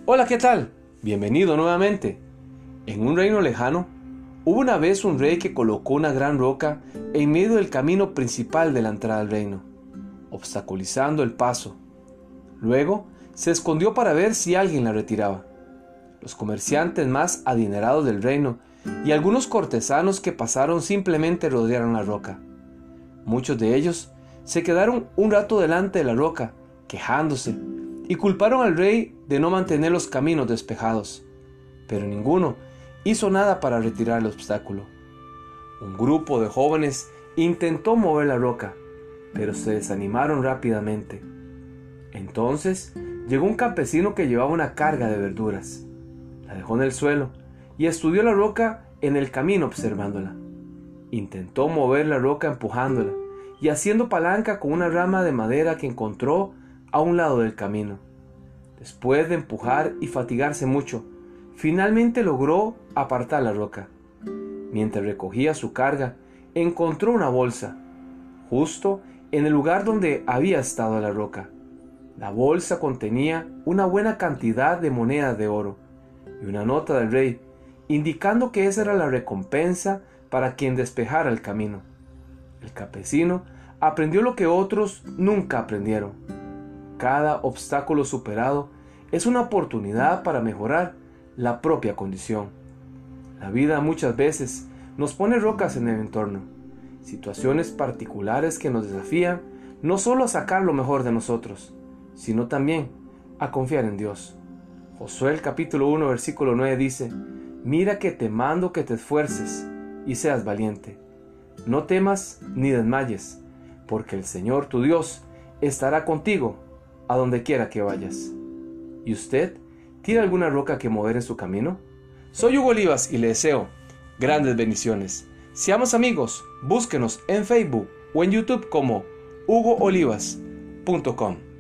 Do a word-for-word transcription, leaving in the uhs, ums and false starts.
Hola, ¿qué tal? Bienvenido nuevamente. En un reino lejano, hubo una vez un rey que colocó una gran roca en medio del camino principal de la entrada al reino, obstaculizando el paso. Luego, se escondió para ver si alguien la retiraba. Los comerciantes más adinerados del reino y algunos cortesanos que pasaron simplemente rodearon la roca. Muchos de ellos se quedaron un rato delante de la roca, quejándose, y culparon al rey de no mantener los caminos despejados, pero ninguno hizo nada para retirar el obstáculo. Un grupo de jóvenes intentó mover la roca, pero se desanimaron rápidamente. Entonces llegó un campesino que llevaba una carga de verduras. La dejó en el suelo y estudió la roca en el camino observándola. Intentó mover la roca empujándola y haciendo palanca con una rama de madera que encontró a un lado del camino. Después de empujar y fatigarse mucho, finalmente logró apartar la roca. Mientras recogía su carga, encontró una bolsa, justo en el lugar donde había estado la roca. La bolsa contenía una buena cantidad de monedas de oro y una nota del rey, indicando que esa era la recompensa para quien despejara el camino. El campesino aprendió lo que otros nunca aprendieron. Cada obstáculo superado es una oportunidad para mejorar la propia condición. La vida muchas veces nos pone rocas en el entorno, situaciones particulares que nos desafían no solo a sacar lo mejor de nosotros, sino también a confiar en Dios. Josué el capítulo uno versículo nueve dice: «Mira que te mando que te esfuerces y seas valiente. No temas ni desmayes, porque el Señor tu Dios estará contigo a donde quiera que vayas». ¿Y usted tiene alguna roca que mover en su camino? Soy Hugo Olivas y le deseo grandes bendiciones. Seamos amigos, búsquenos en Facebook o en YouTube como hugo olivas punto com.